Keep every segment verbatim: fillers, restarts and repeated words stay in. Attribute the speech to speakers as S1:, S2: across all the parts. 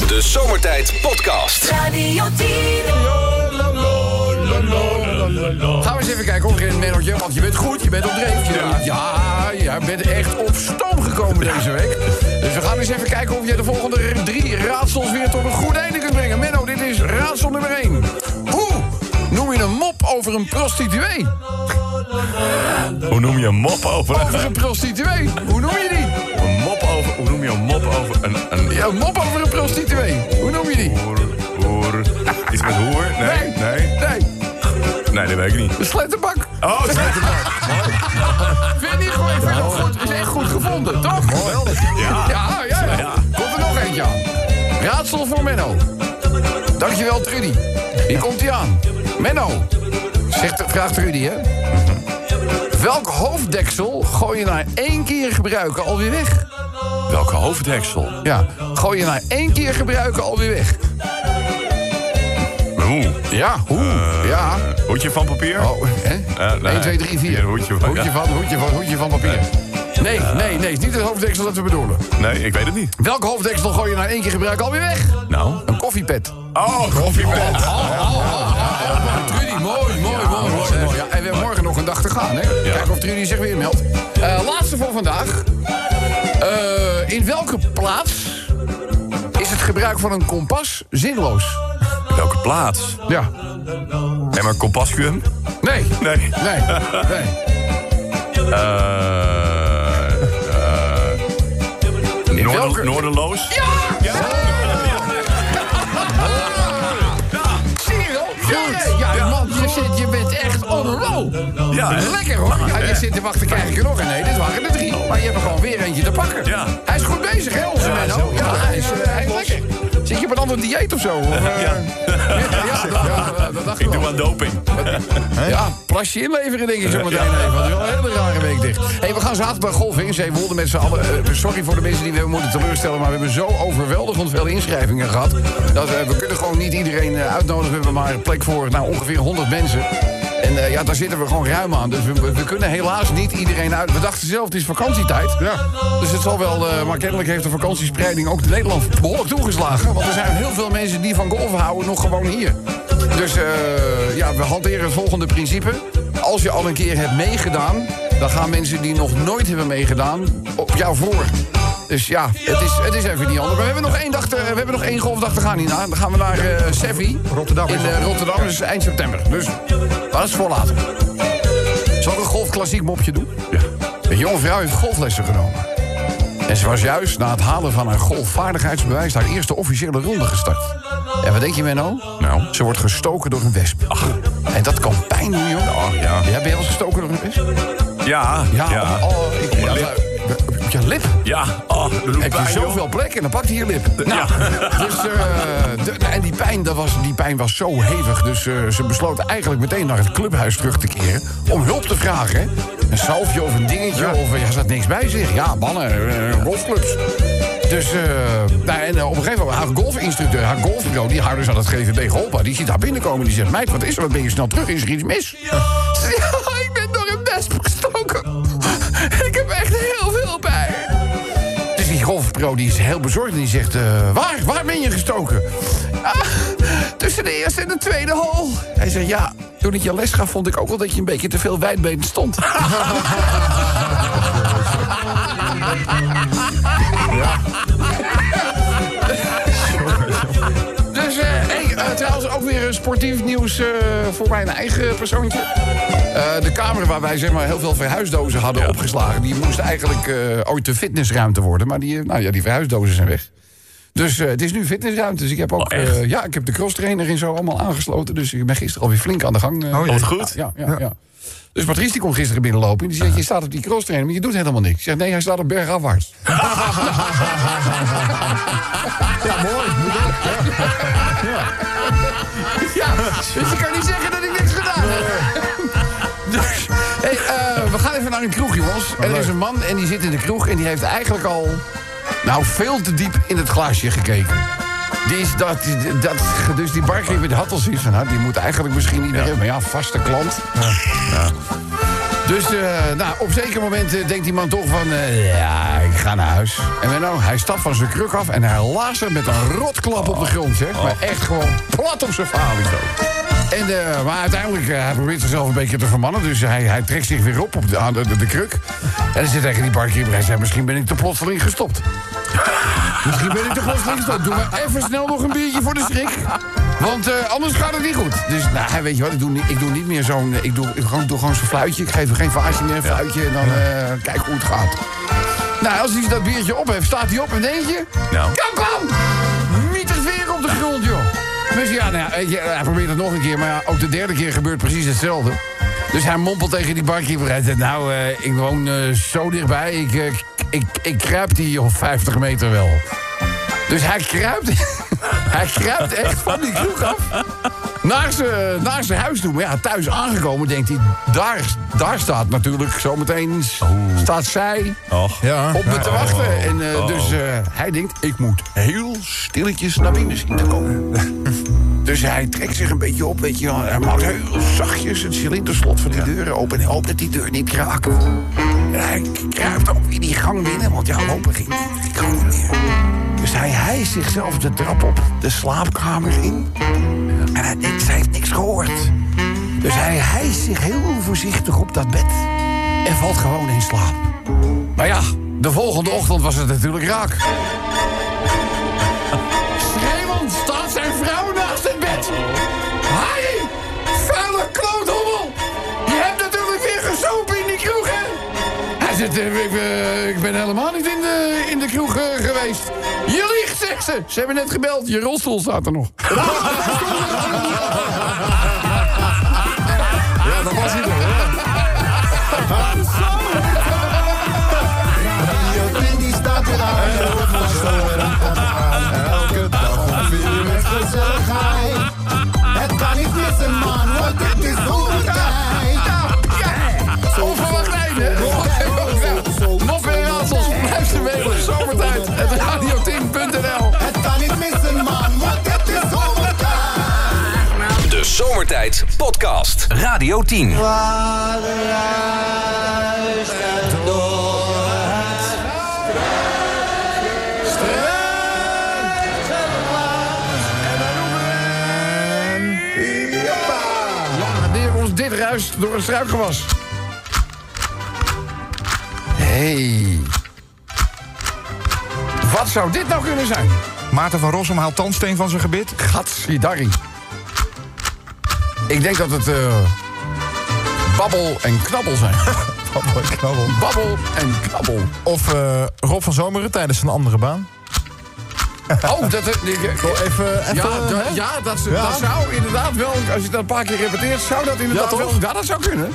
S1: De Zomertijd Podcast.
S2: Radio tien.
S3: Gaan we eens even kijken of er een Mennootje, want je bent goed, je bent op dreef. Je, ja, ja, je bent echt op stoom gekomen deze week. Dus we gaan eens even kijken of jij de volgende drie raadsels weer tot een goed einde kunt brengen. Menno, dit is raadsel nummer één. Hoe noem je een mop over een prostituee?
S4: Hoe noem je een mop over?
S3: Over een prostituee, hoe noem je die?
S4: Een mop over... Hoe noem je een mop over een... een...
S3: Ja, een mop over een prostituee, hoe noem je die?
S4: Hoer... Hoer... Iets met hoer? Nee? Nee?
S3: Nee.
S4: Nee, dat weet ik niet.
S3: Een slettenbak.
S4: Oh, het is net
S3: Vind je niet goed? Ik vind het goed. Is echt goed gevonden, toch?
S4: geweldig. Ja.
S3: Ja, ja, ja.
S4: Ja.
S3: Komt er nog eentje aan. Raadsel voor Menno. Dankjewel, Trudy. Hier komt hij aan. Menno. Zegt, vraagt Trudy, hè? Welk hoofddeksel gooi je na één keer gebruiken alweer weg?
S4: Welke hoofddeksel?
S3: Ja, gooi je na één keer gebruiken alweer weg.
S4: Hoe?
S3: Ja, hoe?
S4: Uh,
S3: ja.
S4: Hoedje van papier?
S3: Oh, hè?
S4: Uh, nee.
S3: één, twee, drie, vier.
S4: Hier, hoedje van-
S3: hoedje,
S4: ja.
S3: van, hoedje, van, hoedje van papier. Nee, nee, nee, is niet het hoofddeksel dat we bedoelen.
S4: Nee, ik weet het niet.
S3: Welk hoofddeksel gooi je na één keer gebruiken alweer weg?
S4: Nou?
S3: Een koffiepet.
S4: Oh, koffiepet.
S3: Trudy, mooi, mooi, mooi, mooi. mooi. Ja, en we hebben morgen nog een dag te gaan, hè? Kijken of Trudy zich weer meldt. Uh, laatste voor vandaag. Uh, in welke plaats is het gebruik van een kompas zinloos?
S4: Welke plaats?
S3: Ja.
S4: En maar kompaskuum?
S3: Nee.
S4: Nee.
S3: Nee. Nee.
S4: Eh... Uh, Noorder,
S3: welke-
S4: Noorderloos?
S3: Ja! Ja! Zie je wel? Ja, ja, man, je, zit, je bent echt on a roll.
S4: Ja, hè?
S3: Lekker hoor. Ja, je zit te wachten, krijg ik er nog een. Nee, dit waren er drie. Maar je hebt er gewoon weer eentje te pakken.
S4: Ja.
S3: Hij is goed bezig, hè, onze Menno? Ja, hij is, uh, hij is lekker. Zit je op een ander dieet of zo? Of, uh, ja. Ja, ja, dat dacht ik
S4: Ik doe
S3: wel.
S4: aan doping.
S3: Ja, plasje inleveren denk ik zo meteen even. Dat is wel een hele rare week dicht. Hey, we gaan zaterdag golven in Zeewolde met z'n allen. Uh, sorry voor de mensen die we hebben moeten teleurstellen, maar we hebben zo overweldigend veel inschrijvingen gehad. Dat uh, we kunnen gewoon niet iedereen uh, uitnodigen. We hebben maar een plek voor nou, ongeveer honderd mensen. En uh, ja, daar zitten we gewoon ruim aan. Dus we, we kunnen helaas niet iedereen uit. We dachten zelf, het is vakantietijd. Ja. Dus het zal wel... Uh, maar kennelijk heeft de vakantiespreiding ook in Nederland behoorlijk toegeslagen. Want er zijn heel veel mensen die van golven houden nog gewoon hier. Dus uh, ja, we hanteren het volgende principe. Als je al een keer hebt meegedaan, dan gaan mensen die nog nooit hebben meegedaan op jou voor. Dus ja, het is, het is even niet anders. Maar we hebben nog één, dag te, we hebben nog één golfdag te gaan hierna. Dan gaan we naar uh, Sevi
S5: Rotterdam.
S3: in uh, Rotterdam. Dus eind september. Dus maar dat is voor later. Zal ik een golfklassiek mopje doen?
S4: Ja.
S3: Een jonge vrouw heeft golflessen genomen. En ze was juist na het halen van haar golfvaardigheidsbewijs haar eerste officiële ronde gestart. En wat denk je, Menno?
S4: Nou?
S3: Ze wordt gestoken door een wesp. Ach. En dat kan pijn doen, joh.
S4: Oh, ja.
S3: Ja, ben je wel eens gestoken door een wesp?
S4: Ja.
S3: Ja,
S4: Ja.
S3: Oh, ik,
S4: Op mijn
S3: ja,
S4: lip.
S3: Op je lip?
S4: Ja. Oh, dat doet
S3: Heb je
S4: pijn, joh.
S3: zoveel plek en dan pakt hij je lip. Nou, dus, uh, de, en die pijn, dat was, die pijn was zo hevig. Dus uh, ze besloot eigenlijk meteen naar het clubhuis terug te keren. Om hulp te vragen, hè. Een salfje of een dingetje. Ja. Of er zat niks bij zich. Ja, mannen, uh, golfclubs. Dus, uh, nou, en uh, op een gegeven moment, haar golfinstructeur, haar golfbureau, die haar dus aan het G V B geholpen had, die ziet haar binnenkomen en die zegt: meid, wat is er? Wat ben je snel terug? Is er iets mis? Ja, ja ik ben door een wesp gestoken. Ik heb echt heel veel pijn. Dus die golfpro die is heel bezorgd en die zegt: uh, waar? Waar ben je gestoken? Ah, tussen de eerste en de tweede hole. Hij zegt: ja, toen ik je les gaf, vond ik ook wel dat je een beetje te veel wijdbeen stond. Dus, uh, hey, uh, trouwens ook weer sportief nieuws uh, voor mijn eigen persoontje. Uh, de kamer waar wij zeg maar, heel veel verhuisdozen hadden ja. opgeslagen, die moest eigenlijk uh, ooit de fitnessruimte worden. Maar die, nou ja, die verhuisdozen zijn weg. Dus uh, het is nu fitnessruimte. Dus ik heb ook,
S4: oh,
S3: uh, ja, ik heb de crosstrainer en zo allemaal aangesloten. Dus ik ben gisteren alweer flink aan de gang. Uh,
S4: oh, wat goed.
S3: Ja, ja, ja, ja. Dus Patrice die komt gisteren binnenlopen en die zegt: je staat op die crosstrainer, maar je doet helemaal niks. Ik zeg: nee, hij staat op bergafwaarts.
S5: Ja, mooi.
S3: Ja. Ja, dus je kan niet zeggen dat ik niks gedaan heb. Dus, hey, uh, we gaan even naar een kroeg, jongens. En er is een man en die zit in de kroeg en die heeft eigenlijk al, nou, veel te diep in het glaasje gekeken. Die is dat, dat, dus die barkeeper die had al zoiets van, nou, die moet eigenlijk misschien niet meer hebben. Maar ja, vaste klant. Ja. Ja. Dus uh, nou, op zeker moment uh, denkt die man toch van... Uh, ja, ik ga naar huis. En Menno, hij stapt van zijn kruk af en hij lasert met een rotklap op de grond, zeg. Maar echt gewoon plat op zijn falie zo. En, uh, maar uiteindelijk, uh, hij probeert zichzelf een beetje te vermannen. Dus hij, hij trekt zich weer op op de, aan de, de, de kruk. En dan zit tegen die barkeeper. Hij zegt, misschien ben ik te plotseling gestopt. Misschien ben ik te plotseling gestopt. Doe maar even snel nog een biertje voor de schrik. Want uh, anders gaat het niet goed. Dus nou, weet je wat, ik doe niet, ik doe niet meer zo'n... Ik doe, ik doe, doe gewoon zo'n fluitje. Ik geef hem geen vaasje meer, een fluitje. En dan uh, kijk hoe het gaat. Nou, als hij dat biertje op heeft, staat hij op en denk je... Nou. Kam, kam! Niet het weer op de grond, joh. Dus ja, nou ja, weet je, hij probeert het nog een keer. Maar ja, ook de derde keer gebeurt precies hetzelfde. Dus hij mompelt tegen die barkeeper. Hij zegt, nou, uh, ik woon uh, zo dichtbij. Ik, uh, ik, ik kruip die vijftig meter wel. Dus hij kruipt... hij kruipt echt van die kroeg af. Naar zijn, naar zijn huis toe. Maar ja, thuis aangekomen denkt hij... Daar, daar staat natuurlijk zometeen... Oh. Staat zij
S4: Och.
S3: Ja. op me te wachten. Oh. En uh, oh. dus uh, hij denkt... Ik moet heel stilletjes naar binnen zien te komen. Dus hij trekt zich een beetje op, weet je wel. Hij maakt heel zachtjes het cilinderslot van die ja. deuren open... en hoopt dat die deur niet kraakt. En hij kruipt ook weer die gang binnen... want ja, lopen ging die gang niet meer. Dus hij hijst zichzelf de trap op, de slaapkamer in. En hij denkt, ze heeft niks gehoord. Dus hij hijst zich heel voorzichtig op dat bed... en valt gewoon in slaap. Maar ja, de volgende ochtend was het natuurlijk raak. Schreeuwend staat zijn vrouw naast het bed. Harry, vuile kloothommel. Je hebt natuurlijk weer gesopen in die kroeg, hè? Hij zegt, ik, uh, ik ben helemaal niet in de, in de kroeg uh, geweest. Je liegt, zegt ze. Ze hebben net gebeld, je rolstoel staat er nog.
S2: Ja, dat was hij toch, hè? Die staat weer aan, elke dag om vier uur met gezelligheid. Het kan niet missen, man, want dit is zomertijd.
S3: Onverwacht einde. Nog weer raadsels, blijf ze weten. Zomertijd, het radio tien punt n l.
S2: Het kan niet missen, man, want dit is zomertijd.
S1: De Zomertijd Podcast. Radio tien.
S3: Dit ruist door een struikgewas. Hé. Hey. Wat zou dit nou kunnen zijn?
S5: Maarten van Rossum haalt tandsteen van zijn gebit.
S3: Gatsidari. Ik denk dat het uh, babbel en knabbel zijn.
S5: Babbel en knabbel.
S3: Babbel en knabbel.
S5: Of uh, Rob van Zomeren tijdens een andere baan.
S3: Oh, dat... Uh,
S5: even, even,
S3: ja,
S5: uh,
S3: da, ja, dat, ja, dat zou inderdaad wel... Als je dat een paar keer repeteert, zou dat inderdaad ja, wel... Ja, dat zou kunnen.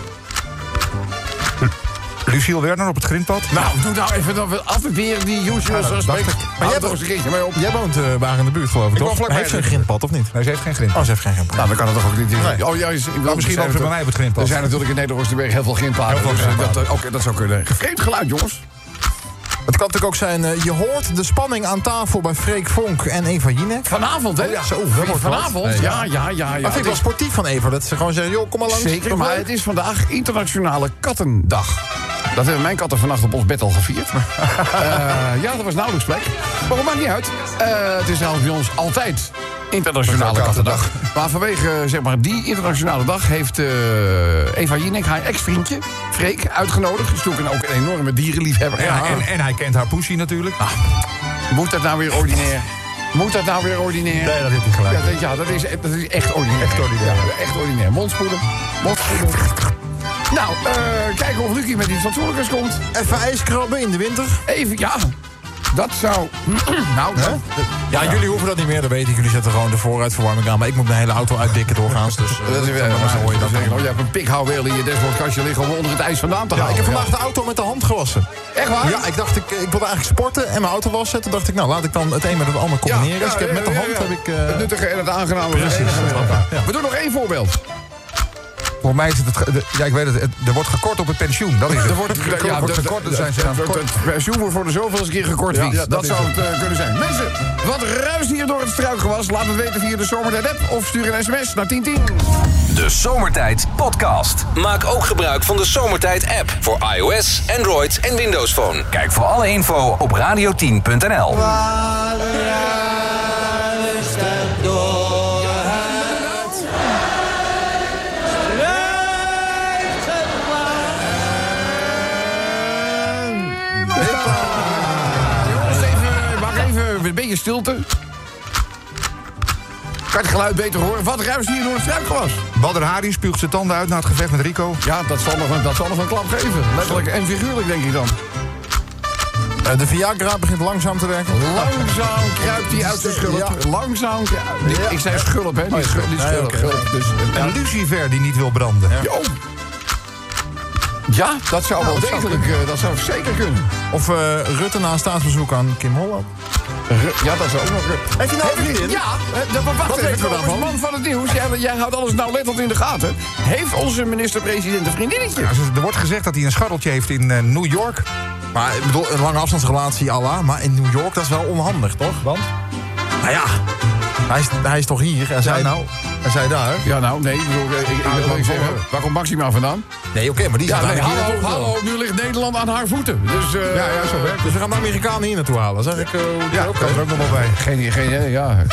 S5: Luciel Werner op het grindpad.
S3: Nou, doe nou even dan afweer die usual ja, suspect. Maar jij hebt toch eens een keertje mee op.
S5: Jij woont uh, bij in de buurt, geloof ik,
S3: ik
S5: toch? Hij heeft geen grindpad, of niet?
S3: Nee, ze heeft geen grindpad.
S5: Oh, ze heeft geen grindpad.
S3: Nou, dan kan het toch ook niet...
S5: Nee.
S3: Oh, ja, is,
S5: nou, misschien ook ze bij mij op het grindpad.
S3: Er zijn natuurlijk in Nederland heel veel grindpaden. Dus dat, okay, dat zou kunnen. Vreemd geluid, jongens.
S5: Het kan natuurlijk ook zijn, uh, je hoort de spanning aan tafel bij Freek Vonk en Eva Jinek.
S3: Vanavond, hè?
S5: Oh, ja. Zo, dat
S3: vanavond? Nee, ja, ja, ja. ja.
S5: Dat vind ik wel sportief van Eva, dat ze gewoon zeggen, joh, kom maar langs.
S3: Zeker, maar het is vandaag Internationale Kattendag. Dat hebben mijn katten vannacht op ons bed al gevierd. uh, ja, dat was nauwelijks plek. Maar dat maakt niet uit. Uh, het is trouwens bij ons altijd Internationale Kattendag. Maar vanwege zeg maar, die internationale dag heeft uh, Eva Jinek haar ex-vriendje, Freek, uitgenodigd. Is natuurlijk ook een enorme dierenliefhebber.
S5: Ja, en, en hij kent haar poesie natuurlijk.
S3: Ah, moet dat nou weer ordinair? Moet dat nou weer ordinair?
S5: Nee, dat heeft hij gelijk.
S3: Ja, dat, ja, dat, is, dat is echt ordinair. Echt ordinair. Ja, echt ordinair. Mondspoelen. Mondspoelen. Nou, uh, kijken of Lucie met iets fatsoenlijkers komt.
S5: Even ijskrabben in de winter.
S3: Even, ja. Dat zou... nou,
S5: hè? Ja, ja, jullie hoeven dat niet meer, dat weet ik. Jullie zetten gewoon de vooruitverwarming aan. Maar ik moet mijn hele auto uitdikken doorgaans. Dus, uh,
S3: dat is weer... Dan hoor je dat zeggen. Je hebt een pikhouweel in je dashboardkastje liggen om onder het ijs vandaan te halen.
S5: Ja, ik heb vandaag ja. de auto met de hand gewassen.
S3: Echt waar?
S5: Ja, ik dacht, ik, ik wilde eigenlijk sporten en mijn auto wassen. Toen dacht ik, nou, laat ik dan het een met het ander combineren. Ja, ja, dus ik heb met de hand ja, ja. heb ik... Uh...
S3: Het nuttige en het aangename.
S5: Precies.
S3: Ja. We doen nog één voorbeeld.
S6: Voor mij is het... het de, ja, ik weet het. het er wordt gekort op het pensioen. Dat is het.
S3: Er wordt,
S6: er
S3: ja,
S6: wordt
S3: de-
S6: gekort.
S3: de-
S6: Dan zijn ze aan het
S3: het-
S6: kort.
S3: Het pensioen wordt voor de zoveelste keer gekort.
S6: Ja,
S3: Wies.
S6: ja,
S3: dat
S6: dat is
S3: zou
S6: het.
S3: het uh, kunnen zijn. Mensen, wat ruist hier door het struikgewas? Laat het weten via de Zomertijd-app of stuur een sms naar tien tien.
S1: De Zomertijd Podcast. Maak ook gebruik van de Zomertijd-app voor iOS, Android en Windows Phone. Kijk voor alle info op radio tien punt n l.
S3: Jongens, even, wacht even, een beetje stilte. Kan het geluid beter horen? Wat ruist hier door het struikgewas?
S6: Badr Hari spuugt zijn tanden uit na het gevecht met Rico.
S3: Ja, dat zal nog een, dat zal nog een klap geven. Letterlijk en figuurlijk, denk ik dan.
S5: Uh, de Viagra begint langzaam te werken.
S3: Langzaam kruipt hij uit zijn schulp. Langzaam kruipt... Ik, ik zei schulp, hè? Niet schulp. Niet
S5: Nee,
S3: schulp.
S5: oké.
S3: Schulp, dus, ja.
S6: Een lucifer die niet wil branden.
S3: Jo. Ja, dat zou wel
S6: dat zou
S3: degelijk, eh, dat zou zeker kunnen.
S5: Of uh, Rutte na een staatsbezoek aan Kim Holland.
S3: Ja, dat zou ook nog kunnen.
S5: Heb je nou een vriendin?
S3: Ja, eh, dat- wacht
S5: Wat
S3: even,
S5: weten we
S3: Kobus,
S5: daarvan?
S3: man van het nieuws. Jij, jij houdt alles nauwlettend in de gaten. Heeft onze minister-president een vriendinnetje?
S6: Ja, ze- er wordt gezegd dat hij een scharreltje heeft in eh, New York.
S5: Maar ik bedoel, een lange afstandsrelatie, Allah. Maar in New York, dat is wel onhandig, toch? Want? Nou ja, hij is, hij is toch hier en zij,
S6: nou.
S5: en zij daar?
S3: Ja, nou, nee, ik, bedoel, ik, ik, ik wil
S6: lang
S3: even zeggen,
S6: volgen.
S3: waar komt Maxima vandaan?
S5: Nee, oké, maar die
S3: Ja,
S5: zit
S3: nee,
S5: daar hier
S3: hallo,
S5: naartoe.
S3: hallo, nu ligt Nederland aan haar voeten. Dus, eh,
S5: Ja, ja, zo werkt. Dus we gaan de Amerikanen hier naartoe halen. Zeg ik, uh,
S6: Ja, dat kan er ook nog wel bij.
S3: Geen, geen, ja. ja dat,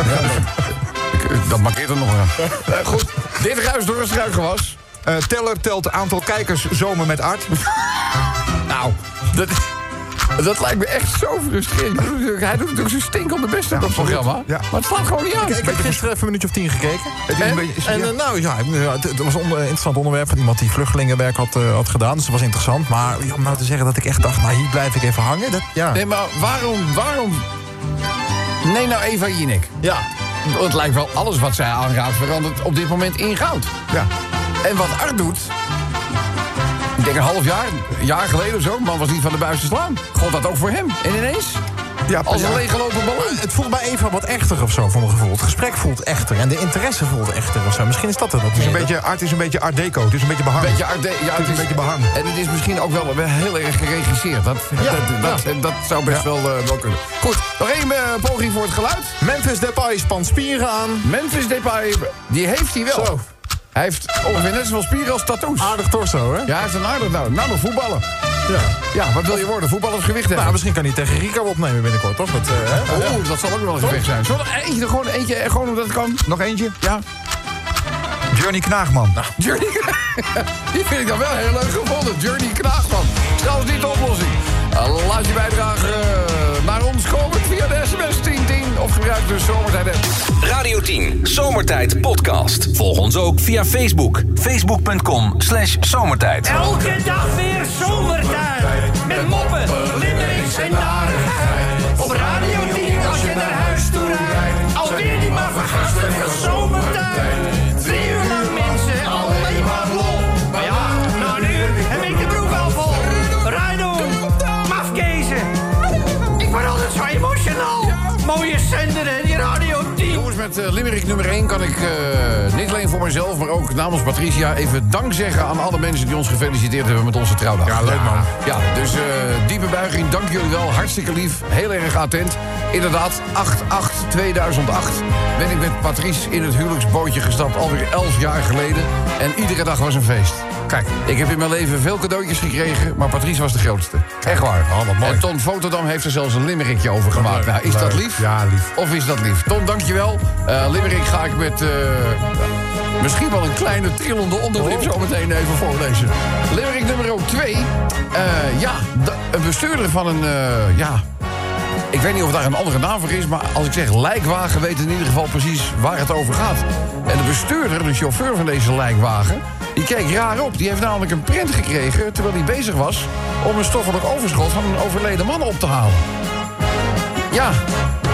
S3: ik- dat markeert er nog aan. Eh, goed, dit ruist door het struikgewas.
S6: Eh, Teller telt aantal kijkers zomer met Art.
S3: Nou, dat, dat lijkt me echt zo frustrerend. Hij doet natuurlijk zijn stinkende best aan dat programma.
S6: Ja.
S3: Maar het slaat gewoon niet aan.
S5: Ik heb gisteren even een minuutje of tien gekeken.
S6: Het is
S3: En?
S6: een beetje,
S5: En
S6: ja.
S5: eh, nou ja, het, het was een onder- interessant onderwerp van iemand die vluchtelingenwerk had, eh, had gedaan. Dus dat was interessant. Maar ja, om nou te zeggen dat ik echt dacht, nou hier blijf ik even hangen. Dat, ja.
S3: Nee, maar waarom, waarom... Nee, nou Eva Jinek.
S5: ja.
S3: Het lijkt wel alles wat zij aanraadt verandert op dit moment in goud.
S6: Ja.
S3: En wat Art doet... Ik denk een half jaar, een jaar geleden of zo. Man was niet van de buis te slaan. God dat ook voor hem. En ineens,
S6: Ja,
S3: als een
S6: ja.
S3: leeggelopen ballon.
S5: Het voelt bij Eva wat echter of zo, voor mijn gevoel. Het gesprek voelt echter en de interesse voelt echter of zo. Misschien is dat het ook
S6: Het is een
S5: meer.
S6: beetje, Art is een beetje Art Deco. Het is een beetje behang.
S3: Beetje Art De- ja,
S6: Het is een beetje behang.
S3: En het is misschien ook wel, wel heel erg geregisseerd. Dat,
S5: Ja,
S3: dat, dat, dat zou best wel, eh, wel kunnen. Goed, nog één eh, poging voor het geluid.
S5: Memphis Depay spant spieren aan.
S3: Memphis Depay, die heeft hij wel.
S5: Zo.
S3: Hij heeft ongeveer net zoveel spieren als tattoos.
S5: Aardig torso, hè?
S3: Ja, hij heeft een aardig nou. Nou, nog voetballen.
S5: Ja.
S3: Ja, wat wil je worden? Voetballers gewicht hebben.
S5: Nou, misschien kan hij tegen Rico opnemen binnenkort, toch? Dat, eh, hè?
S3: Oh, dat zal ook wel een gewicht zijn. Zullen we er eentje, gewoon eentje, eh, gewoon hoe dat kan?
S6: Nog eentje?
S3: Ja.
S6: Journey Knaagman.
S3: Journey. Die vind ik dan wel heel leuk gevonden. Journey Knaagman. Zelfs niet de oplossing. Uh, laat je bijdrage uh, naar ons komen via de sms tien tien of gebruik de Zomertijd-app.
S1: Radio tien Zomertijd Podcast. Volg ons ook via Facebook. Facebook punt com slash zomertijd.
S7: Elke dag weer zomertijd. Met moppen, limmerings en narigheid. Op Radio tien als je naar huis toe rijdt. Alweer die maar vergastige zomertijd. Drie uur lang mensen, alleen maar lol. Maar ja, na een uur heb ik de broek al vol. Rijdoen, mafkezen. Ik word altijd zo emotional. Mooie zender hè, die Radio tien.
S3: Jongens, met uh, Limerick nummer één kan ik uh, niet alleen voor mezelf, maar ook namens Patricia even dank zeggen aan alle mensen die ons gefeliciteerd hebben met onze trouwdag.
S5: Ja, leuk, man.
S3: Ja, dus uh, diepe buiging, dank jullie wel. Hartstikke lief, heel erg attent. Inderdaad, acht acht tweeduizend acht ben ik met Patrice in het huwelijksbootje gestapt, alweer elf jaar geleden. En iedere dag was een feest. Kijk, ik heb in mijn leven veel cadeautjes gekregen, maar Patrice was de grootste. Echt waar.
S5: Oh, wat mooi.
S3: En Ton Fotodam heeft er zelfs een limerickje over gemaakt. Nou, is dat lief?
S6: Ja, lief.
S3: Of is dat lief? Ton, dankjewel. Uh, Limerick ga ik met uh, misschien wel een kleine trillende onderlip zo meteen even voorlezen. Limerick nummer twee. Uh, ja, de, een bestuurder van een... Uh, ja, ik weet niet of daar een andere naam voor is, maar als ik zeg lijkwagen weet in ieder geval precies waar het over gaat. En de bestuurder, de chauffeur van deze lijkwagen, die keek raar op. Die heeft namelijk een print gekregen terwijl hij bezig was om een stoffelijk overschot van een overleden man op te halen. Ja,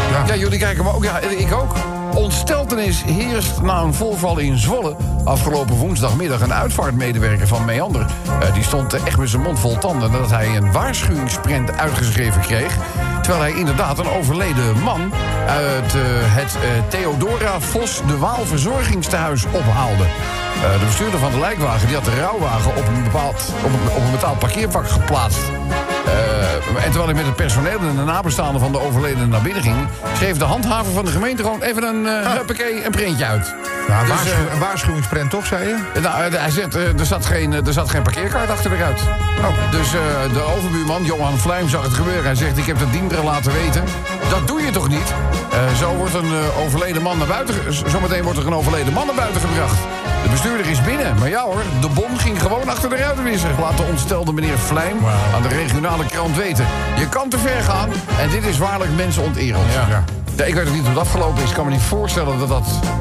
S3: Ja. ja, jullie kijken maar ook. Ja, ik ook. Ontsteltenis heerst na een voorval in Zwolle. Afgelopen woensdagmiddag een uitvaartmedewerker van Meander. Uh, die stond uh, echt met zijn mond vol tanden nadat hij een waarschuwingsprent uitgeschreven kreeg. Terwijl hij inderdaad een overleden man uit uh, het uh, Theodora Vos de Waal verzorgingstehuis ophaalde. Uh, de bestuurder van de lijkwagen die had de rouwwagen op een, bepaald, op een, op een betaald parkeervak geplaatst. Uh, en terwijl hij met het personeel en de nabestaanden van de overledene naar binnen ging, schreef de handhaver van de gemeente gewoon even een, uh, huppakee, een printje uit.
S6: Nou, een,
S3: Dus,
S6: waarschu-
S3: uh,
S6: een waarschuwingsprent toch, zei je?
S3: Nou, uh, hij zegt, uh, er, zat geen, uh, er zat geen parkeerkaart achter de ruit. Oh. Dus uh, de overbuurman, Johan Vlijm, zag het gebeuren. Hij zegt, ik heb de dienderen laten weten. Dat doe je toch niet? Uh, zo wordt een uh, overleden man naar buiten... ge- Zometeen wordt er een overleden man naar buiten gebracht. De bestuurder is binnen. Maar ja hoor, de bon ging gewoon achter de ruitenwisser. Laat de ontstelde meneer Vlijm wow. aan de regionale krant weten. Je kan te ver gaan en dit is waarlijk mensenonterend. Ja. Ja. Ja, ik weet ook niet hoe het afgelopen is. Ik kan me niet voorstellen dat dat...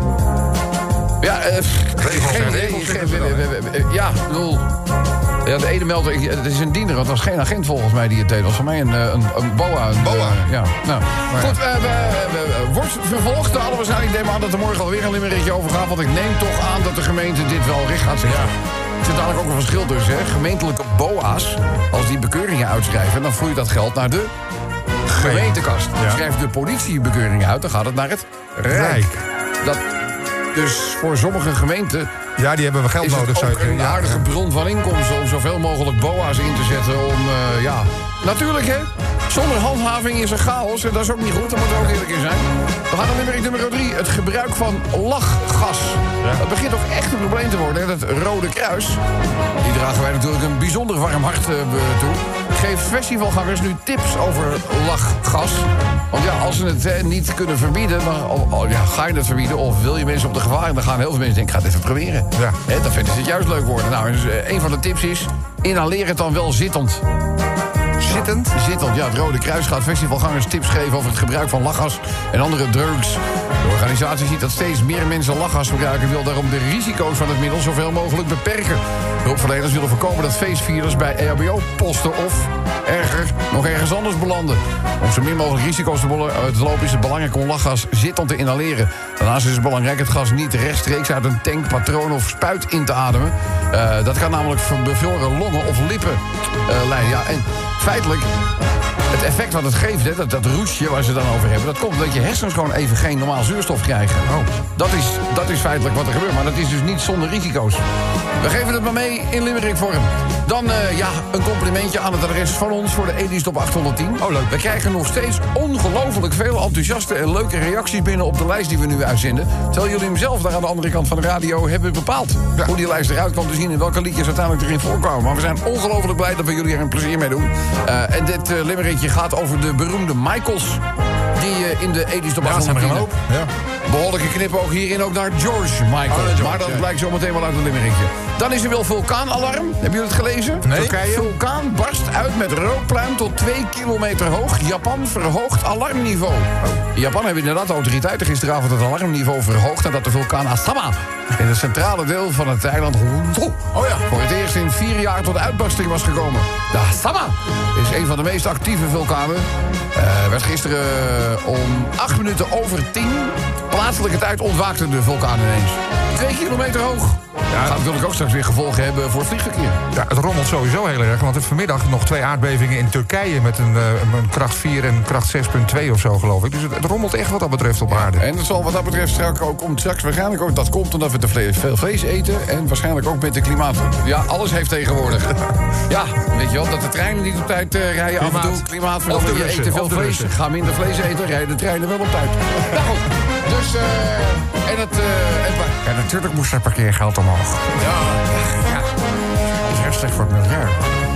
S3: Ja, uh, geen idee. Ja, ik bedoel... Ja, de ene meldt, het is een diener, het was geen agent volgens mij die het deed. Het was voor mij een, een, een boa. Een,
S6: boa?
S3: Uh, ja, nou. Maar goed, uh, we, we, wordt vervolgd. De alle waarschijnlijk nemen aan dat er morgen alweer een limmeretje over gaat. Want ik neem toch aan dat de gemeente dit wel recht gaat zetten. Ja. Er zit dadelijk ook een verschil tussen, hè. Gemeentelijke boa's, als die bekeuringen uitschrijven, dan vloeit dat geld naar de gemeentekast. Ja. Schrijft de politie bekeuringen uit, dan gaat het naar het Rijk. Rijk. Dat... Dus voor sommige gemeenten...
S6: Ja, die hebben we geld
S3: is
S6: nodig,
S3: het ook een
S6: ja.
S3: aardige bron van inkomsten om zoveel mogelijk boa's in te zetten om, uh, ja... Natuurlijk, hè? Zonder handhaving is er chaos en dat is ook niet goed, daar moeten we ook eerlijk in zijn. We gaan naar limerick nummer drie, het gebruik van lachgas. Ja. Dat begint toch echt een probleem te worden, hè? Het Rode Kruis. Die dragen wij natuurlijk een bijzonder warm hart uh, toe. Geeft festivalgangers nu tips over lachgas. Want ja, als ze het eh, niet kunnen verbieden, dan oh, oh, ja, ga je het verbieden of wil je mensen op de gevaar. En dan gaan heel veel mensen denken, ik ga het even proberen. Ja. Hè, dan vinden ze het juist leuk worden. Nou, dus, uh, een van de tips is, inhaleer het dan wel zittend. Zittend? Zittend, ja. Het Rode Kruis gaat festivalgangers tips geven over het gebruik van lachgas en andere drugs. De organisatie ziet dat steeds meer mensen lachgas gebruiken en wil daarom de risico's van het middel zoveel mogelijk beperken. Hulpverleners willen voorkomen dat feestvierders bij E H B O-posten of, erger, nog ergens anders belanden. Om zo min mogelijk risico's te lopen is het belangrijk om lachgas zittend te inhaleren. Daarnaast is het belangrijk het gas niet rechtstreeks uit een tank, patroon of spuit in te ademen. Uh, dat kan namelijk bevroren longen of lippen uh, leiden. Ja, en feitelijk, het effect wat het geeft, hè, dat, dat roesje waar ze het dan over hebben, dat komt omdat je hersens gewoon even geen normaal zuurstof krijgen. Oh. Dat is, dat is feitelijk wat er gebeurt, maar dat is dus niet zonder risico's. We geven het maar mee in limerick vorm. Dan uh, ja, een complimentje aan het adres van ons voor de Edis Top achthonderdtien. Oh, leuk. We krijgen nog steeds ongelooflijk veel enthousiaste en leuke reacties binnen op de lijst die we nu uitzenden. Terwijl jullie hem zelf daar aan de andere kant van de radio hebben bepaald. Ja. Hoe die lijst eruit kwam te zien en welke liedjes uiteindelijk erin voorkwamen. Maar we zijn ongelooflijk blij dat we jullie er een plezier mee doen. Uh, en dit uh, limerickje gaat over de beroemde Michaels die uh, in de Edis Top achthonderdtien... Ja, ja. Behoorlijke knipoog hierin ook naar George Michael. Oh, George, maar dat ja. blijkt zometeen wel uit het limerickje. Dan is er wel vulkaanalarm. Hebben jullie het gelezen?
S6: Nee.
S3: Turkije. Vulkaan barst uit met rookpluim tot twee kilometer hoog. Japan verhoogt alarmniveau. In Japan hebben inderdaad de autoriteiten gisteravond het alarmniveau verhoogd nadat de vulkaan Asama in het centrale deel van het eiland oh ja. voor het eerst in vier jaar tot uitbarsting was gekomen. De Asama is een van de meest actieve vulkanen. Uh, werd gisteren uh, om acht minuten over tien plaatselijke tijd ontwaakte de vulkaan ineens. Twee kilometer hoog. Ja, dat gaat natuurlijk ook straks weer gevolgen hebben voor het vliegverkeer.
S6: Ja, het rommelt sowieso heel erg. Want er vanmiddag nog twee aardbevingen in Turkije met een, uh, een kracht vier en kracht zes komma twee of zo, geloof ik. Dus het, het rommelt echt wat dat betreft op aarde.
S3: En het zal wat dat betreft straks ook, komt straks waarschijnlijk ook, dat komt omdat we te vlees, veel vlees eten. En waarschijnlijk ook met de klimaat. Ja, alles heeft tegenwoordig. Ja, weet je wel, dat de treinen niet op tijd uh, rijden. Klimaat. Af en toe klimaatverandering. Je eet te veel vlees. Ga minder vlees eten, rijden de treinen wel op tijd. Nou goed, dus... Uh, en het, uh, en, ja, natuurlijk moest er parkeergeld omhoog. Ja, ja. Dat is heel slecht voor het milieu. Uh,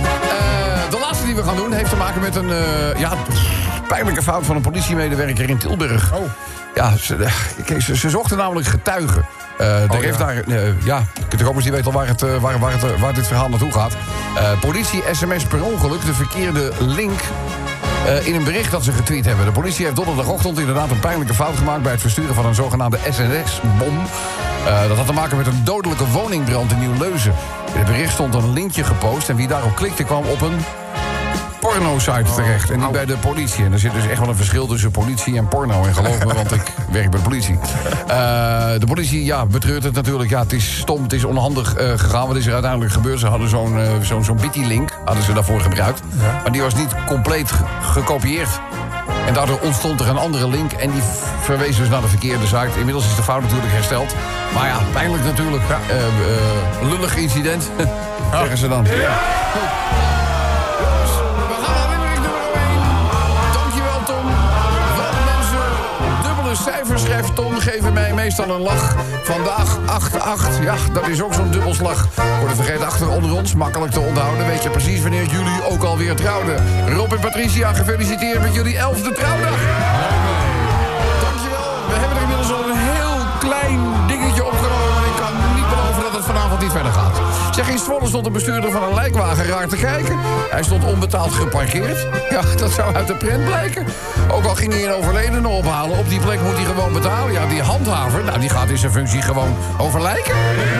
S3: de laatste die we gaan doen heeft te maken met een uh, ja, pijnlijke fout van een politiemedewerker in Tilburg. Oh. Ja, ze, ze, ze zochten namelijk getuigen. Uh, oh, er heeft ja. daar, uh, ja, de kopers die weten al waar, het, uh, waar, waar, het, waar dit verhaal naartoe gaat. Uh, politie sms per ongeluk de verkeerde link Uh, in een bericht dat ze getweet hebben. De politie heeft donderdagochtend inderdaad een pijnlijke fout gemaakt bij het versturen van een zogenaamde S N S-bom. Uh, dat had te maken met een dodelijke woningbrand in Nieuw-Leuzen. In het bericht stond een linkje gepost en wie daarop klikte kwam op een porno-site terecht. En niet bij de politie. En er zit dus echt wel een verschil tussen politie en porno. En geloof me, want ik werk bij de politie. Uh, de politie, ja, betreurt het natuurlijk. Ja, het is stom, het is onhandig uh, gegaan. Wat is er uiteindelijk gebeurd? Ze hadden zo'n uh, zo'n zo'n bitty-link, hadden ze daarvoor gebruikt. Ja. Maar die was niet compleet ge- gekopieerd. En daardoor ontstond er een andere link en die verwees dus naar de verkeerde site. Inmiddels is de fout natuurlijk hersteld. Maar ja, pijnlijk natuurlijk. Ja. Uh, uh, lullig incident, ja. zeggen ze dan. Ja. Ja. Jongens, we gaan naar Limerick nummer één. Dankjewel, Tom. Wat mensen dubbele cijfers schrijft Tom geven mij meestal een lach. Vandaag acht acht. Ja, dat is ook zo'n dubbelslag. Voor de vergeetachtig onder ons, makkelijk te onthouden. Weet je precies wanneer jullie ook alweer trouwden. Rob en Patricia, gefeliciteerd met jullie elfde trouwdag. Dankjewel. We hebben er inmiddels al een heel klein dingetje opgenomen. En ik kan niet beloven dat het vanavond niet verder gaat. Zeg, in Zwolle stond de bestuurder van een lijkwagen raar te kijken. Hij stond onbetaald geparkeerd. Ja, dat zou uit de prent blijken. Ook al ging hij een overledene ophalen, op die plek moet hij gewoon betalen. Ja, die handhaver, nou, die gaat in zijn functie gewoon over lijken.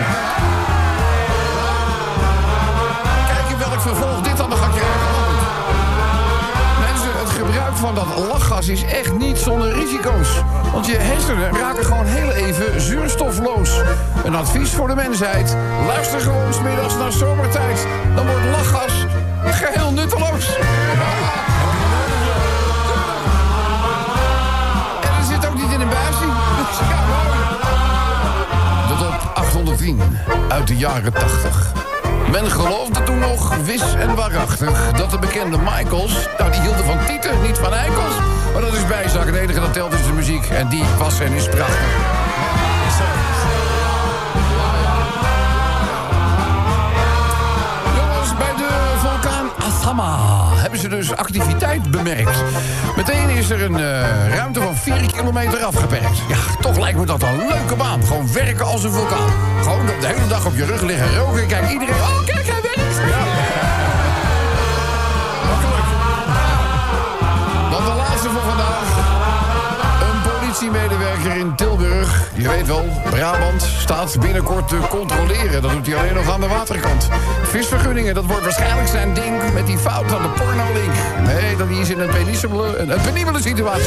S3: Kijk in welk vervolg dit dan nog gaat krijgen. Mensen, het gebruik van dat lachgas is echt niet zonder risico's. Want je hersenen raken gewoon heel even zuurstofloos. Een advies voor de mensheid. Luister gewoon 's middags naar Zomertijd. Dan wordt lachgas geheel nutteloos. En er zit ook niet in een buisje. De top achthonderdtien uit de jaren tachtig. Men geloofde toen nog, wis en waarachtig, dat de bekende Michaels, nou, die hielden van tieten, niet van eikels. Maar dat is bijzaak, het enige dat telt is de muziek. En die was en is prachtig. Jongens, bij de vulkaan Azama hebben ze dus activiteit bemerkt. Meteen is er een uh, ruimte van vier kilometer afgeperkt. Ja, toch lijkt me dat een leuke baan. Gewoon werken als een vulkaan. Gewoon de hele dag op je rug liggen roken. Kijk, iedereen, oh kijk, hij werkt. Ja. Makkelijk. Dan de laatste voor vandaag. Een politiemedewerker in Tilburg, je weet wel, Brabant, staat binnenkort te controleren. Dat doet hij alleen nog aan de waterkant. Visvergunningen, dat wordt waarschijnlijk zijn ding met die fout aan de pornolink. Nee, dat is in een penibele, een, een penibele situatie.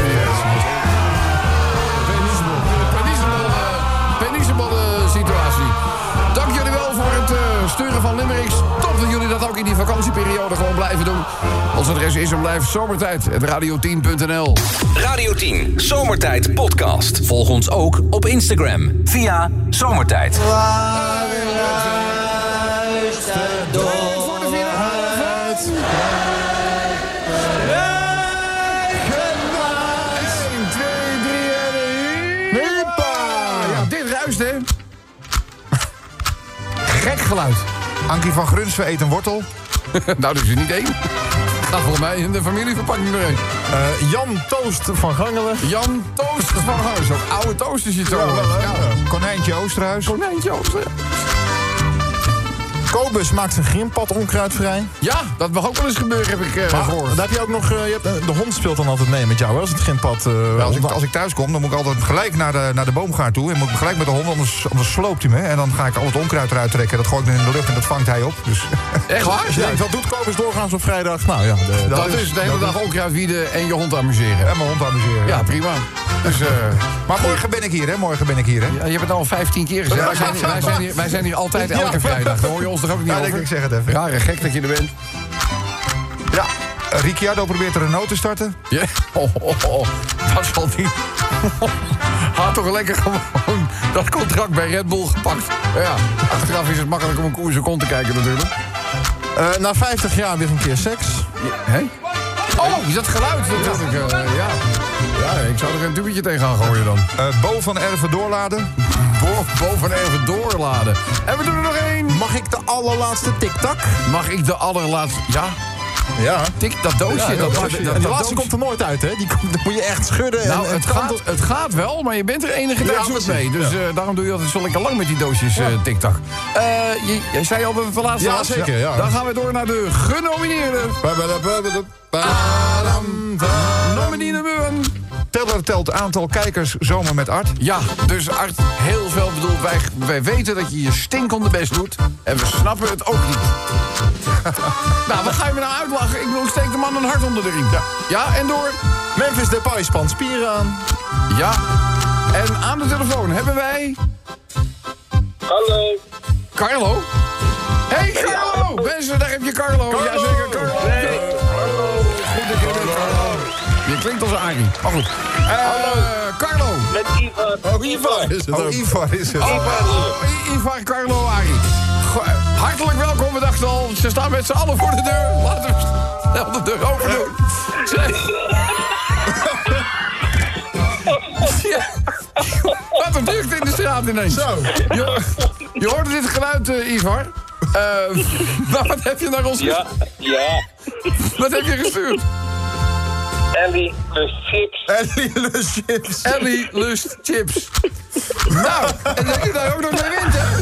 S3: Penibele, penibele, penibele situatie. Dank jullie wel voor het uh, sturen van limericks. Top dat jullie dat ook in die vakantieperiode gewoon blijven doen. Ons adres is en blijft zomertijd at radio tien punt n l.
S1: Radio tien, Zomertijd podcast. Volg ons ook op Instagram via Zomertijd.
S3: Gek geluid.
S6: Ankie van Grunsven eet een wortel.
S3: Nou, dat is er niet één. Gaat volgens mij in de familieverpakking er één.
S5: Uh, Jan Toost van Gangelen.
S3: Jan Toost van Gangelen. Zo'n oude toast is je zo.
S5: Ja, wel,
S3: ja.
S6: Konijntje Oosterhuis.
S3: Konijntje Oosterhuis.
S5: Kobus maakt zijn grimpad onkruidvrij.
S3: Ja, dat mag ook wel eens gebeuren, heb ik uh,
S5: maar,
S3: gehoord.
S5: Dan heb je ook nog, uh, je hebt, uh, de hond speelt dan altijd mee met jou, hè, als het grimpad... Uh,
S6: ja, als, ik, als ik thuis kom, dan moet ik altijd gelijk naar de, naar de boomgaard toe. En moet ik gelijk met de hond, anders, anders sloopt hij me. En dan ga ik al het onkruid eruit trekken. Dat gooi ik dan in de lucht en dat vangt hij op. Dus.
S3: Echt waar?
S5: Ja, dat doet Kobus doorgaans op vrijdag. Nou ja, de,
S3: dat, dat is de hele dag onkruid wieden en je hond amuseren.
S6: En mijn hond amuseren.
S3: Ja, prima. Dus, uh,
S6: maar morgen ben ik hier, hè? Morgen ben ik hier, hè?
S3: Ja, je hebt het al vijftien keer gezegd. Wij zijn, wij zijn, hier, wij zijn hier altijd elke ja. vrijdag. Daar hoor je ons toch ook niet
S6: ja,
S3: over?
S6: Ik, ik zeg het even.
S3: Rare gek dat je er bent.
S6: Ja, uh, Ricciardo probeert er een Renault te starten.
S3: Ja, oh, oh, oh. Dat zal niet. Had toch lekker gewoon dat contract bij Red Bull gepakt. Ja, achteraf is het makkelijk om een koe in zijn kont te kijken natuurlijk.
S5: Uh, na vijftig jaar weer een keer seks.
S3: Ja, hè? Oh, is dat geluid natuurlijk. Uh, ja. ja, ik zou er een tubetje tegenaan gooien dan.
S6: Uh, Bo van Erven doorladen.
S3: Bo, Bo van Erven doorladen. En we doen er nog één.
S5: Mag ik de allerlaatste tik-tak?
S3: Mag ik de allerlaatste... Ja.
S5: Ja.
S3: Tik, dat doosje.
S5: Ja, dat
S3: dat,
S5: doosje.
S3: dat, dat,
S5: en de
S3: dat
S5: laatste
S3: doosje.
S5: komt er nooit uit, hè? Die, komt, dan moet je echt schudden.
S3: Nou,
S5: en,
S3: het,
S5: en
S3: gaat, het gaat wel, maar je bent er enige tijd zoet mee. Dus ja. uh, daarom doe je altijd zo lekker lang met die doosjes, uh, tik-tak. Uh, je, jij zei al dat het de laatste
S5: ja,
S3: was.
S5: Zeker, ja.
S3: Dan gaan we door naar de genomineerden. Nomineerden.
S6: teller telt aantal kijkers zomer met Art.
S3: Ja, dus Art, heel veel bedoeld. Wij, wij weten dat je je stinkende best doet. En we snappen het ook niet. Nou, wat ga je me nou uitlachen? Ik bedoel, steek de man een hart onder de riem. Ja, ja en door.
S5: Memphis Depay spant spieren aan.
S3: Ja. En aan de telefoon hebben wij...
S8: Hallo.
S3: Carlo? Hey Carlo! Mensen, daar heb je Carlo.
S5: Carlo.
S3: Jazeker, Carlo.
S8: Nee.
S3: Goed dat je er bent, Carlo. Je klinkt als Arie. Maar goed. Uh, Carlo.
S8: Met Ivar.
S5: Oh, Ivar is het
S6: Oh,
S5: ook.
S6: Ivar is het.
S3: Oh, oh, Ivar, Carlo, Arie. Go- Hartelijk welkom. We dachten al, ze staan met z'n allen voor de deur. Laten we snel de deur open doen. Ja. Wat een drukte in de straat ineens.
S5: Zo.
S3: Je, je hoorde dit geluid, uh, Ivar. Uh, nou, wat heb je naar ons
S8: Ja, ja.
S3: Wat heb je gestuurd?
S8: Ellie, de chips.
S5: Ellie lust chips.
S3: Ellie lust chips. Nou, en dat je daar ook nog mee wint, hè?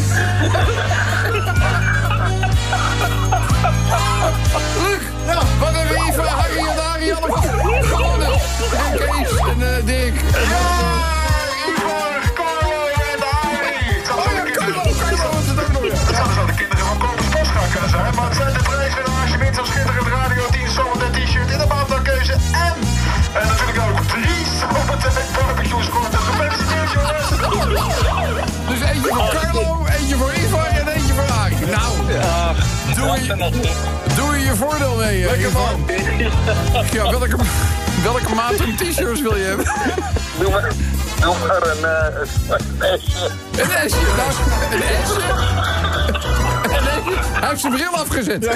S3: Luc, ja. Wat hebben we hier voor Harry en Harry allemaal gewonnen? En Kees en uh, Dick. En, uh,
S9: Ivar, Carlo en Harry.
S3: oh ja, Carlo, Carlo was het ook nog weer.
S9: Het zouden zo de kinderen van Kobus Bosgraaf kunnen zijn, maar het zijn de prijswinnaars. Je wint zo'n schitterend Radio tien Zomertijd t-shirt in de maandagkeuze. En, en natuurlijk ook drie Zomertijd barbecues. Gefeliciteerd, jongens.
S3: Dus eentje voor Carlo, eentje voor Ivar en eentje voor Harry. Nou,
S8: Ja,
S3: doe je, doe je je voordeel mee, uh,
S5: Lekker
S3: Ivar.
S5: man.
S3: Ja, welke, welke maat van t-shirts wil je hebben?
S8: doe maar, doe maar een, uh, een esje.
S3: Een esje, nou, een esje. Een esje. Hij heeft zijn bril afgezet. Nou.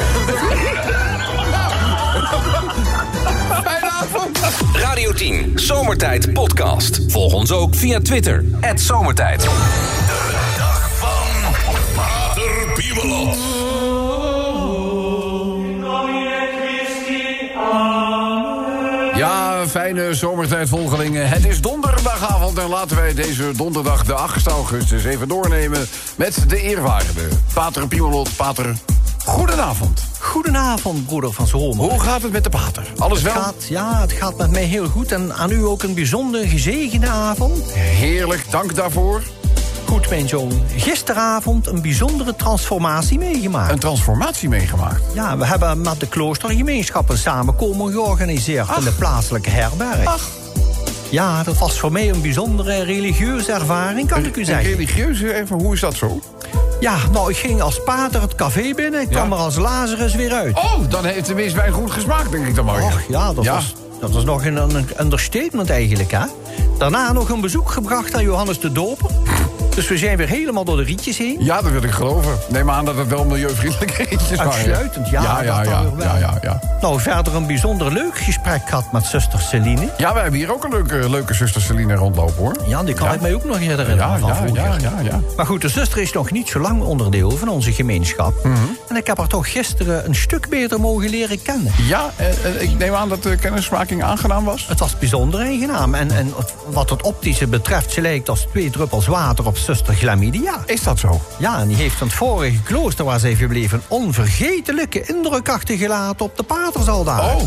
S3: Fijne avond.
S1: Radio tien, Zomertijd podcast. Volg ons ook via Twitter, at Zomertijd. De dag van Pater Piemelot.
S3: Ja, fijne zomertijdvolgelingen. Het is donderdagavond en laten wij deze donderdag de achtste augustus even doornemen met de eerwaarde Pater Piemelot. Pater, goedenavond.
S10: Goedenavond, broeder van Zomer.
S3: Hoe gaat het met de pater? Alles
S10: Het
S3: wel?
S10: gaat, ja, het gaat met mij heel goed. En aan u ook een bijzonder gezegende avond.
S3: Heerlijk, dank daarvoor.
S10: Goed, mijn zoon. Gisteravond een bijzondere transformatie meegemaakt.
S3: Een transformatie meegemaakt.
S10: Ja, we hebben met de kloostergemeenschap een samenkoming georganiseerd
S3: Ach.
S10: in de plaatselijke herberg.
S3: Ach.
S10: Ja, dat was voor mij een bijzondere religieuze ervaring, kan ik u
S3: Een
S10: zeggen.
S3: religieuze, even, hoe is dat zo?
S10: Ja, nou, ik ging als pater het café binnen, ik kwam
S3: Ja.
S10: er als Lazarus weer uit.
S3: Oh, dan heeft de miswijn goed gesmaakt, denk ik dan maar.
S10: Och, ja, dat, Was, dat was nog een, een understatement eigenlijk, hè. Daarna nog een bezoek gebracht aan Johannes de Doper. Dus we zijn weer helemaal door de rietjes heen.
S3: Ja, dat wil ik geloven. Neem aan dat het wel milieuvriendelijke ritjes waren.
S10: Uitsluitend, ja,
S3: Ja, ja,
S10: dat
S3: ja,
S10: dan weer
S3: ja,
S10: wel.
S3: ja, ja.
S10: Nou, verder een bijzonder leuk gesprek gehad met zuster Celine.
S3: Ja, we hebben hier ook een leuke, leuke zuster Celine rondlopen, hoor.
S10: Ja, die kan
S3: Ja.
S10: ik mij ook nog herinneren
S3: Ja,
S10: van
S3: ja,
S10: vroeger.
S3: ja, ja, ja.
S10: Maar goed, de zuster is nog niet zo lang onderdeel van onze gemeenschap.
S3: Mhm.
S10: En ik heb haar toch gisteren een stuk beter mogen leren kennen.
S3: Ja, eh, eh, ik neem aan dat de kennismaking aangenaam was.
S10: Het was bijzonder aangenaam. En, en wat het optische betreft, ze lijkt als twee druppels water op zuster Glamidia.
S3: Is dat zo?
S10: Ja, en die heeft van het vorige klooster waar zij verbleef een onvergetelijke indruk achtergelaten op de patersaldaren.
S3: Oh,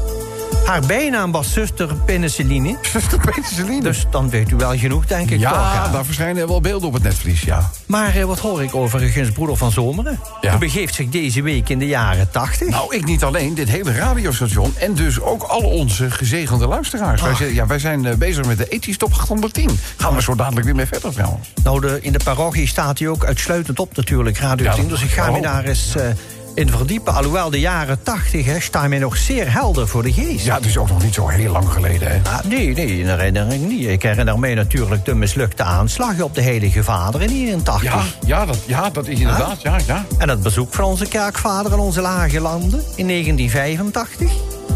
S10: Haar bijnaam was zuster Penicilline.
S3: zuster Peterseline.
S10: Dus dan weet u wel genoeg, denk ik toch.
S3: ja,
S10: hè?
S3: daar verschijnen wel beelden op het netvlies, ja.
S10: Maar eh, wat hoor ik overigens, broeder van Zomeren?
S3: Ja.
S10: U begeeft zich deze week in de jaren tachtig.
S3: Nou, ik niet alleen, dit hele radiostation... en dus ook al onze gezegende luisteraars. Wij zijn, ja, wij zijn eh, bezig met de ethisch top achthonderdtien. Gaan we zo dadelijk weer mee verder trouwens.
S10: Nou, de, in de parochie staat hij ook uitsluitend op natuurlijk, Radio
S3: Ja,
S10: tien. Dus ik ga me
S3: oh.
S10: daar eens eh, in verdiepen. Alhoewel de jaren tachtig hè, staan mij nog zeer helder voor de geest.
S3: Ja, het is ook nog niet zo heel lang geleden, hè.
S10: Ah, nee, nee, dat herinner ik niet. Ik herinner mij natuurlijk de mislukte aanslag op de Heilige Vader in eenentachtig.
S3: Ja, ja, dat, ja, dat is inderdaad, ja, ja.
S10: En het bezoek van onze kerkvader in onze lage landen in negentien vijfentachtig.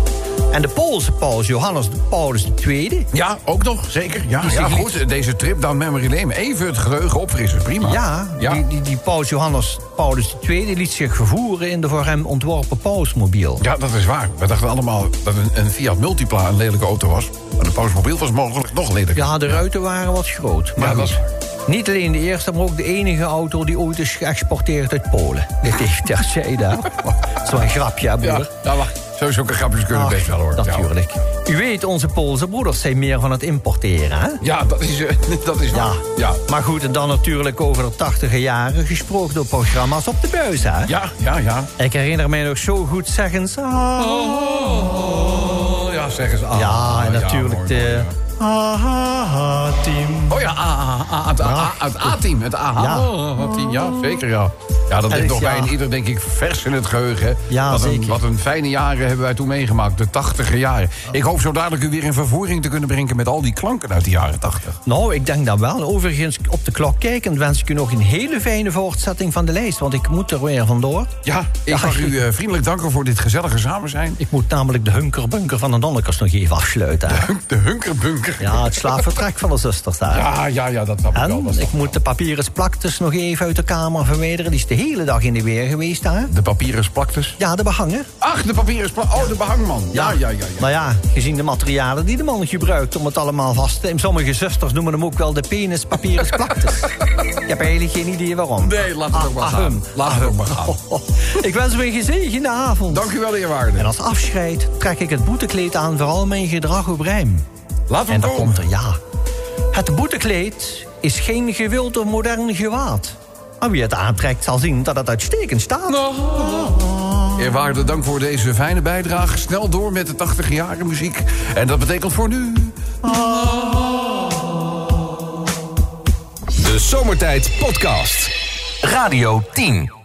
S10: En de Poolse paus Johannes Paulus de Tweede.
S3: Ja, ook nog, zeker. Ja,
S10: Die
S3: ja
S10: zich
S3: goed, deze trip down memory lane. Even het geheugen opfrissen, prima.
S10: Ja,
S3: ja.
S10: Die, die, die paus Johannes Paulus de Tweede liet zich vervoeren in de voor hem ontworpen pausmobiel.
S3: Ja, dat is waar. We dachten allemaal dat een, een Fiat Multipla een lelijke auto was. Maar de pausmobiel was mogelijk nog lelijker.
S10: Ja, de ruiten waren wat groot. Maar
S3: Ja, dat
S10: goed.
S3: is-
S10: Niet alleen de eerste, maar ook de enige auto die ooit is geëxporteerd uit Polen. Dit heeft terzijde. Dat is wel een grapje, hè,
S3: Ja,
S10: broeder?
S3: ja, wacht. Zo zulke grapjes kunnen
S10: Ach,
S3: best wel, hoor.
S10: natuurlijk. U weet, onze Poolse broeders zijn meer van het importeren, hè?
S3: Ja, dat is, uh, dat is waar.
S10: Ja.
S3: Ja.
S10: Maar goed, en dan natuurlijk over de tachtiger jaren gesproken door programma's op de buis, hè?
S3: Ja, ja, ja.
S10: Ik herinner mij nog zo goed zeggen ze... Ah,
S3: Oh, ja, zeggen ze. Ah,
S10: ja, en natuurlijk
S3: mooi,
S10: de...
S3: mooi, ja.
S10: A-ha-ha-team.
S3: Oh ja, A- A- A- het A- het A-team. Het A-ha-team, ja, zeker, ja. Ja, dat
S10: En
S3: ligt
S10: is-
S3: nog bij
S10: ja.
S3: een ieder, denk ik, vers in het geheugen. hè.
S10: Ja,
S3: wat, een,
S10: zeker.
S3: wat een fijne jaren hebben wij toen meegemaakt. De tachtiger jaren. Ik hoop zo dadelijk u weer in vervoering te kunnen brengen... met al die klanken uit de jaren tachtig.
S10: Nou, ik denk dat wel. Overigens, op de klok kijkend wens ik u nog een hele fijne voortzetting van de lijst. Want ik moet er weer vandoor.
S3: Ja, ik
S10: Ja,
S3: mag
S10: ik-
S3: u eh, vriendelijk danken voor dit gezellige samen zijn.
S10: Ik moet namelijk de hunkerbunker van de Donnekers nog even afsluiten. hè.
S3: De hunkerbunker.
S10: Ja, het slaapvertrek van de zusters daar.
S3: Ja, ja, ja, dat snap ik wel.
S10: En
S3: dat snap
S10: ik moet de papieren plaktes nog even uit de kamer verwijderen. Die is de hele dag in de weer geweest daar.
S3: De papieren plaktes.
S10: Ja, de behangen.
S3: Ach, de papieren plak. Oh, de behangman. Ja, ja, ja. ja.
S10: Nou ja, gezien de materialen die de man gebruikt om het allemaal vast te... En sommige zusters noemen hem ook wel de penis papieren plaktes. Ik heb eigenlijk geen idee waarom.
S3: Nee, laat het ook maar
S10: Ah,
S3: gaan.
S10: ahem.
S3: Laat het ook maar gaan.
S10: Oh, oh. Ik wens u een gezegende avond.
S3: Dank u wel, de heer Waarde.
S10: En als afscheid trek ik het boetekleed aan voor al mijn gedrag op rijm.
S3: Laat hem
S10: En dan
S3: komen.
S10: komt er, ja. Het boetekleed is geen gewild of modern gewaad. Maar wie het aantrekt zal zien dat het uitstekend staat.
S3: Eerwaarde, dank voor deze fijne bijdrage. Snel door met de tachtig jaren muziek. En dat betekent voor nu...
S1: De Zomertijd Podcast. Radio tien.